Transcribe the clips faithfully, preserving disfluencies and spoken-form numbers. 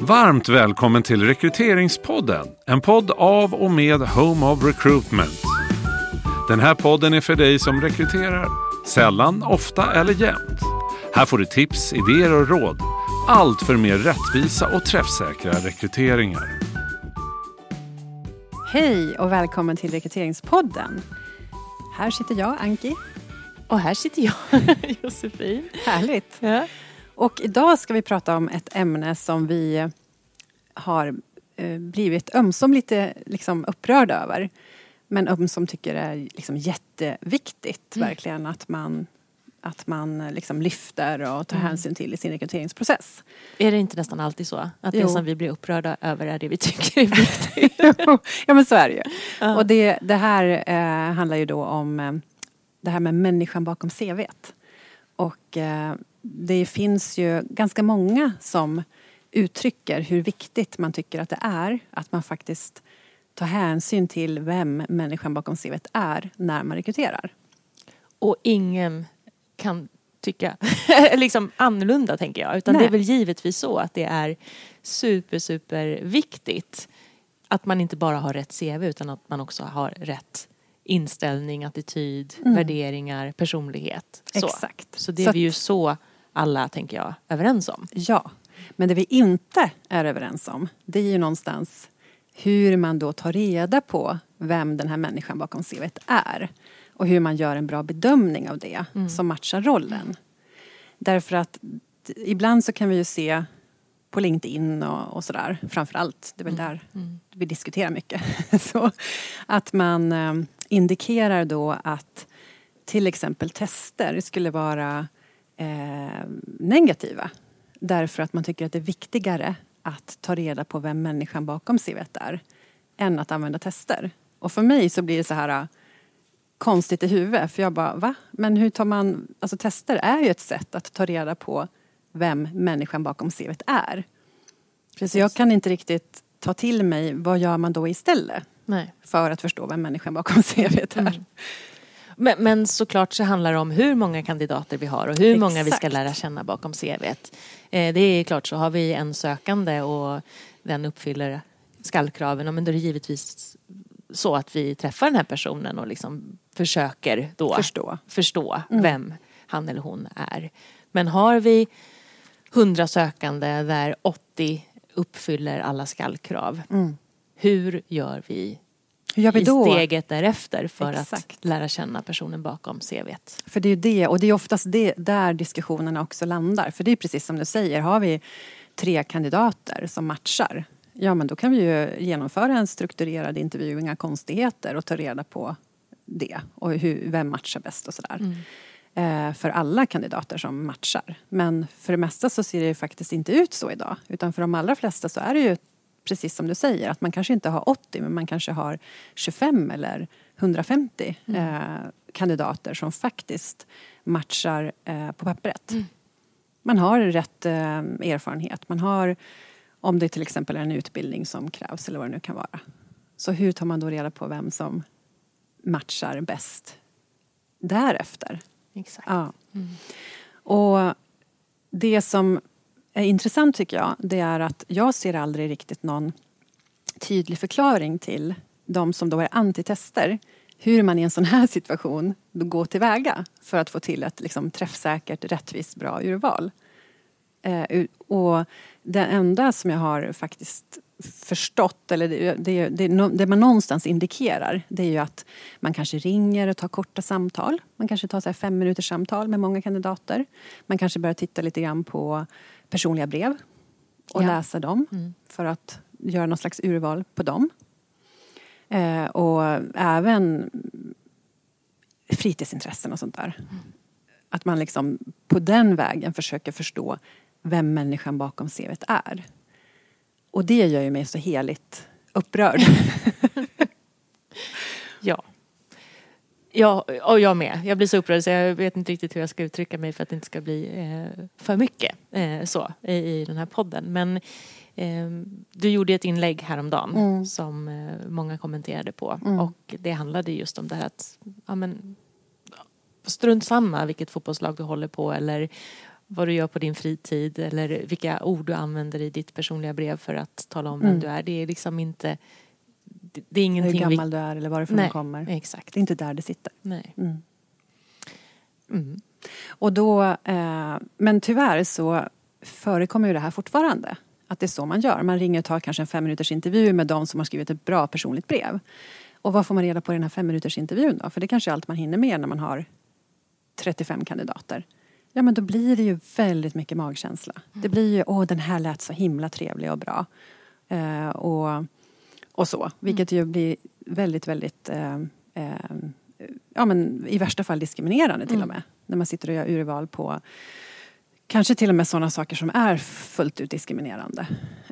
Varmt välkommen till Rekryteringspodden, en podd av och med Home of Recruitment. Den här podden är för dig som rekryterar, sällan, ofta eller jämt. Här får du tips, idéer och råd, allt för mer rättvisa och träffsäkra rekryteringar. Hej och välkommen till Rekryteringspodden. Här sitter jag, Anki. Och här sitter jag, Josefin. Härligt. Ja. Och idag ska vi prata om ett ämne som vi har blivit ömsom lite liksom upprörda över. Men ömsom tycker är liksom jätteviktigt, mm. verkligen, att man, att man liksom lyfter och tar mm. hänsyn till i sin rekryteringsprocess. Är det inte nästan alltid så? Att jo. det som vi blir upprörda över är det vi tycker är viktigt? Ja, men så är det ju. Uh. Och det, det här eh, handlar ju då om eh, det här med människan bakom C V:t. Och eh, det finns ju ganska många som uttrycker hur viktigt man tycker att det är att man faktiskt tar hänsyn till vem människan bakom C V:t är när man rekryterar. Och ingen kan tycka liksom annorlunda, tänker jag. Utan Nej. det är väl givetvis så att det är super, super viktigt att man inte bara har rätt C V utan att man också har rätt inställning, attityd, mm. värderingar, personlighet. Så. Exakt. Så det är så vi ju så alla, tänker jag, överens om. Ja, men det vi inte är överens om, det är ju någonstans hur man då tar reda på vem den här människan bakom C V:t är. Och hur man gör en bra bedömning av det mm. som matchar rollen. Mm. Därför att ibland så kan vi ju se på LinkedIn och, och sådär, framförallt, det är väl mm. där mm. vi diskuterar mycket. Så att man eh, indikerar då att till exempel tester skulle vara eh, negativa. Därför att man tycker att det är viktigare att ta reda på vem människan bakom C V:t är än att använda tester. Och för mig så blir det så här konstigt i huvudet. För jag bara, va? Men hur tar man... Alltså tester är ju ett sätt att ta reda på vem människan bakom C V:t är. Precis. Så jag kan inte riktigt ta till mig, vad gör man då istället? Nej. För att förstå vem människan bakom C V:t är. Mm. Men, men såklart så handlar det om hur många kandidater vi har och hur Exakt. många vi ska lära känna bakom C V:t. Eh, det är klart, så har vi en sökande och den uppfyller skallkraven, men då är det givetvis så att vi träffar den här personen och liksom försöker då förstå, förstå mm. vem han eller hon är. Men har vi hundra sökande där åttio uppfyller alla skallkrav, mm. hur gör vi Hur gör vi då? I steget därefter för Exakt. att lära känna personen bakom C V:t? För det är ju det, och det är oftast det, där diskussionerna också landar. För det är precis som du säger, har vi tre kandidater som matchar, ja men då kan vi ju genomföra en strukturerad intervju, inga konstigheter, och ta reda på det. Och hur, vem matchar bäst och sådär. Mm. Eh, för alla kandidater som matchar. Men för det mesta så ser det ju faktiskt inte ut så idag. Utan för de allra flesta så är det ju precis som du säger, att man kanske inte har åttio, men man kanske har tjugofem eller hundrafemtio mm. eh, kandidater som faktiskt matchar eh, på pappret. Mm. Man har rätt eh, erfarenhet. Man har, om det till exempel är en utbildning som krävs eller vad det nu kan vara. Så hur tar man då reda på vem som matchar bäst därefter? Exakt. Ja. Mm. Och det som är intressant tycker jag, det är att jag ser aldrig riktigt någon tydlig förklaring till de som då är antitester, hur man i en sån här situation går tillväga för att få till ett liksom träffsäkert, rättvist, bra urval. Eh, och det enda som jag har faktiskt förstått, eller det, det, det, det man någonstans indikerar, det är ju att man kanske ringer och tar korta samtal. Man kanske tar så här fem minuters samtal med många kandidater. Man kanske börjar titta lite grann på personliga brev och ja. läsa dem mm. för att göra någon slags urval på dem. Eh, och även fritidsintressen och sånt där. Mm. Att man liksom på den vägen försöker förstå vem människan bakom C V:t är. Och det gör ju mig så heligt upprörd. Ja. Ja, och jag med. Jag blir så upprörd så jag vet inte riktigt hur jag ska uttrycka mig för att det inte ska bli eh, för mycket eh, så i, i den här podden. Men eh, du gjorde ett inlägg häromdagen mm. som eh, många kommenterade på. Mm. Och det handlade just om det här att ja, men, strunt samma vilket fotbollslag du håller på eller vad du gör på din fritid eller vilka ord du använder i ditt personliga brev för att tala om vem mm. du är. Det är liksom inte... Det, det är ingenting... Hur gammal vi... du är eller varifrån Nej, du kommer. Exakt. Det är inte där det sitter. Nej. Mm. Mm. Och då, eh, men tyvärr så förekommer ju det här fortfarande. Att det är så man gör. Man ringer och tar kanske en fem minuters intervju med de som har skrivit ett bra personligt brev. Och vad får man reda på i den här fem minuters intervjun då? För det kanske är allt man hinner med när man har trettiofem kandidater. Ja, men då blir det ju väldigt mycket magkänsla. Det blir ju, åh den här lät så himla trevlig och bra. Eh, och, och så. Vilket ju blir väldigt, väldigt... Eh, eh, ja, men i värsta fall diskriminerande till mm. och med. När man sitter och gör urval på kanske till och med sådana saker som är fullt ut diskriminerande.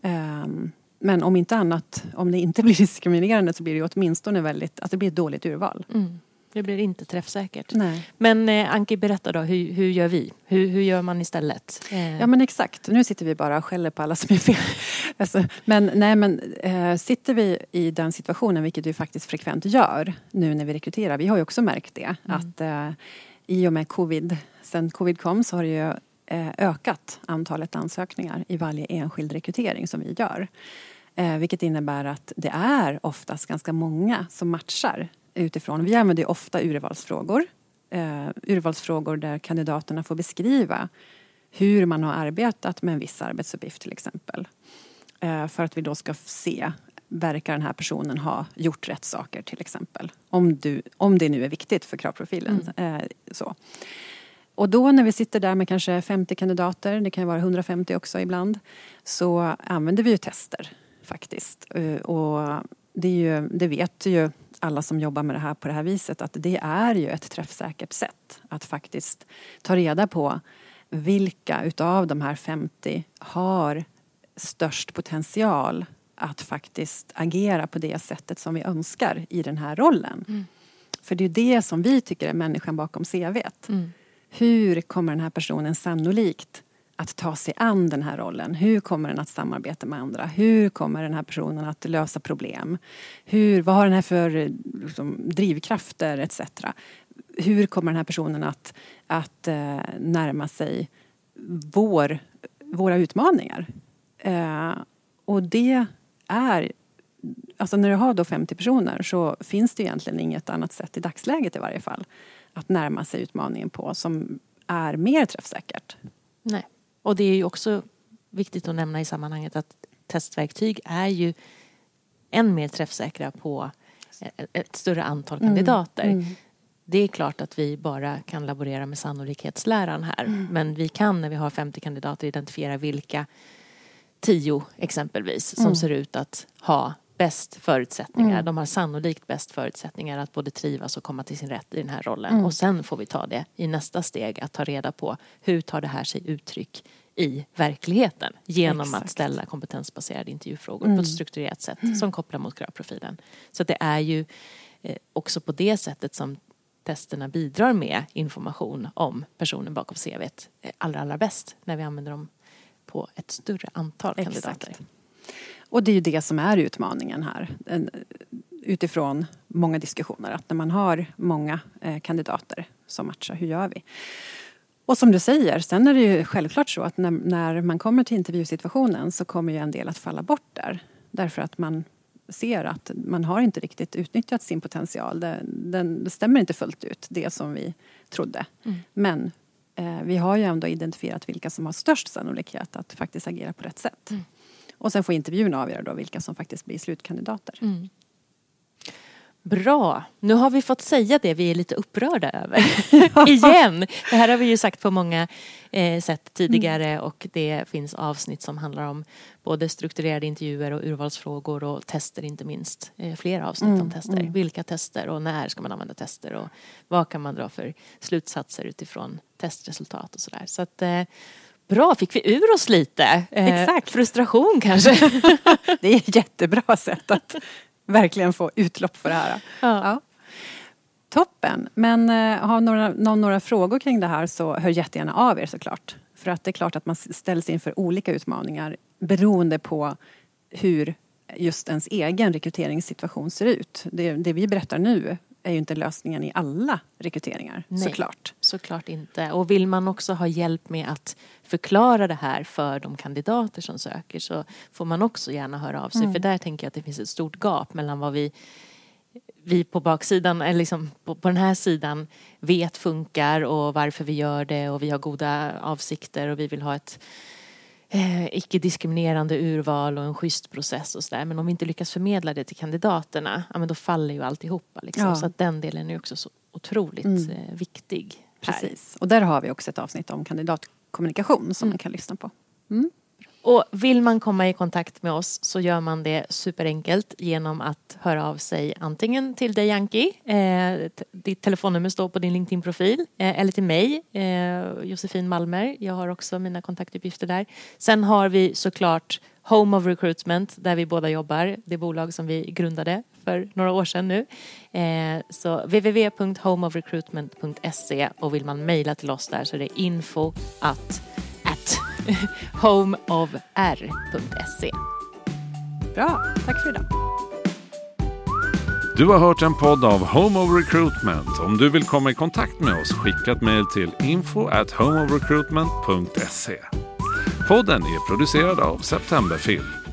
Um, men om inte annat, om det inte blir diskriminerande så blir det ju åtminstone väldigt, alltså det blir ett dåligt urval. Mm. Det blir inte träffsäkert. Nej. Men eh, Anki, berätta då, hur, hur gör vi? Hur, hur gör man istället? Eh. Ja men exakt, nu sitter vi bara och skäller på alla som är fel. alltså, men nej men eh, sitter vi i den situationen, vilket vi faktiskt frekvent gör nu när vi rekryterar. Vi har ju också märkt det, mm. att eh, i och med covid, sen covid kom så har det ju eh, ökat antalet ansökningar i varje enskild rekrytering som vi gör. Eh, vilket innebär att det är oftast ganska många som matchar utifrån. Vi använder ju ofta urvalsfrågor. Eh, urvalsfrågor där kandidaterna får beskriva hur man har arbetat med en viss arbetsuppgift till exempel. Eh, för att vi då ska se, verkar den här personen ha gjort rätt saker till exempel. Om, du, om det nu är viktigt för kravprofilen. Mm. Eh, så. Och då när vi sitter där med kanske femtio kandidater, det kan ju vara hundrafemtio också ibland, så använder vi ju tester faktiskt. Eh, och det, är ju, det vet ju alla som jobbar med det här på det här viset att det är ju ett träffsäkert sätt att faktiskt ta reda på vilka utav de här femtio har störst potential att faktiskt agera på det sättet som vi önskar i den här rollen. Mm. För det är det som vi tycker är människan bakom C V:t. Mm. Hur kommer den här personen sannolikt att ta sig an den här rollen? Hur kommer den att samarbeta med andra? Hur kommer den här personen att lösa problem? Hur, vad har den här för liksom, drivkrafter et cetera? Hur kommer den här personen att, att eh, närma sig vår, våra utmaningar? Eh, och det är, alltså när du har då femtio personer så finns det egentligen inget annat sätt i dagsläget i varje fall att närma sig utmaningen på som är mer träffsäkert. Nej. Och det är ju också viktigt att nämna i sammanhanget att testverktyg är ju än mer träffsäkra på ett större antal kandidater. Mm. Mm. Det är klart att vi bara kan laborera med sannolikhetsläran här. Mm. Men vi kan när vi har femtio kandidater identifiera vilka tio exempelvis som mm. ser ut att ha bäst förutsättningar. Mm. De har sannolikt bäst förutsättningar att både trivas och komma till sin rätt i den här rollen. Mm. Och sen får vi ta det i nästa steg att ta reda på hur tar det här sig uttryck i verkligheten. Genom Exakt. Att ställa kompetensbaserade intervjufrågor mm. på ett strukturerat sätt mm. som kopplar mot kravprofilen. Så det är ju eh, också på det sättet som testerna bidrar med information om personen bakom C V:t allra, allra bäst när vi använder dem på ett större antal Exakt. Kandidater. Och det är ju det som är utmaningen här. Utifrån många diskussioner. Att när man har många eh, kandidater som matchar, hur gör vi? Och som du säger, sen är det ju självklart så att när, när man kommer till intervjusituationen så kommer ju en del att falla bort där. Därför att man ser att man har inte riktigt utnyttjat sin potential. Det, den, det stämmer inte fullt ut, det som vi trodde. Mm. Men eh, vi har ju ändå identifierat vilka som har störst sannolikhet att faktiskt agera på rätt sätt. Mm. Och sen får intervjun avgöra då vilka som faktiskt blir slutkandidater. Mm. Bra. Nu har vi fått säga det vi är lite upprörda över. Igen. Det här har vi ju sagt på många eh, sätt tidigare. Mm. Och det finns avsnitt som handlar om både strukturerade intervjuer och urvalsfrågor och tester inte minst. Eh, flera avsnitt mm. om tester. Mm. Vilka tester och när ska man använda tester och vad kan man dra för slutsatser utifrån testresultat och sådär. Så att... Eh, Bra, fick vi ur oss lite. Eh, Exakt. Frustration kanske. Det är ett jättebra sätt att verkligen få utlopp för det här. Ja. Ja. Toppen. Men eh, har några, någon, några frågor kring det här så hör jättegärna av er såklart. För att det är klart att man ställs inför olika utmaningar beroende på hur just ens egen rekryteringssituation ser ut. Det, det vi berättar nu är ju inte lösningen i alla rekryteringar. Nej, såklart. Såklart inte. Och vill man också ha hjälp med att förklara det här för de kandidater som söker så får man också gärna höra av sig. Mm. För där tänker jag att det finns ett stort gap mellan vad vi vi på baksidan, eller liksom på, på den här sidan vet funkar och varför vi gör det och vi har goda avsikter och vi vill ha ett eh, icke-diskriminerande urval och en schysst process och sådär. Men om vi inte lyckas förmedla det till kandidaterna, ja, men då faller ju alltihopa. Liksom. Ja. Så att den delen är också så otroligt mm. eh, viktig. Precis. Och där har vi också ett avsnitt om kandidatkommunikation som mm. man kan lyssna på. Mm. Och vill man komma i kontakt med oss så gör man det superenkelt genom att höra av sig antingen till dig Anki, eh, ditt telefonnummer står på din LinkedIn-profil, eh, eller till mig, eh, Josefin Malmer. Jag har också mina kontaktuppgifter där. Sen har vi såklart Home of Recruitment där vi båda jobbar, det bolag som vi grundade för några år sedan nu. Eh, så w w w punkt home of recruitment punkt se och vill man mejla till oss där så är det info at home of r punkt se. Bra, tack för idag. Du har hört en podd av Home of Recruitment. Om du vill komma i kontakt med oss, skicka ett mejl till info at home of recruitment punkt se. Podden är producerad av Septemberfilm.